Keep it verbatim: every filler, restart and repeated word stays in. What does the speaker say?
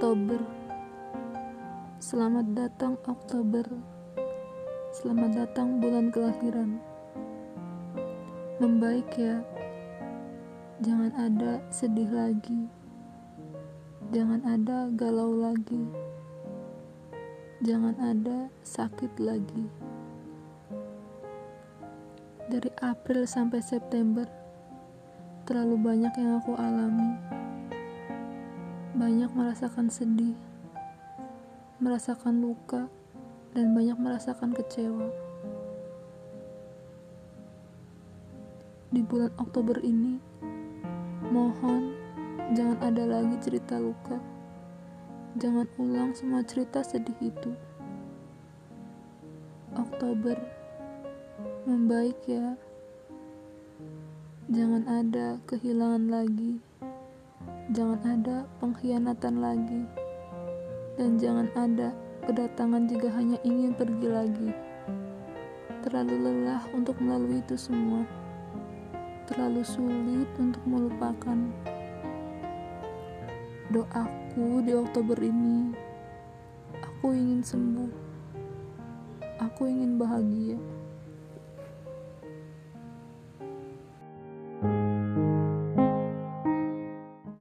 Oktober. Selamat datang Oktober. Selamat datang bulan kelahiran. Membaik ya. Jangan ada sedih lagi. Jangan ada galau lagi. Jangan ada sakit lagi. Dari April sampai September, terlalu banyak yang aku alami. Banyak merasakan sedih, merasakan luka, dan banyak merasakan kecewa. Di bulan Oktober ini, mohon jangan ada lagi cerita luka. Jangan ulang semua cerita sedih itu. Oktober, membaik ya. Jangan ada kehilangan lagi. Jangan ada pengkhianatan lagi. Dan jangan ada kedatangan jika hanya ingin pergi lagi. Terlalu lelah untuk melalui itu semua. Terlalu sulit untuk melupakan. Doaku di Oktober ini, aku ingin sembuh. Aku ingin bahagia.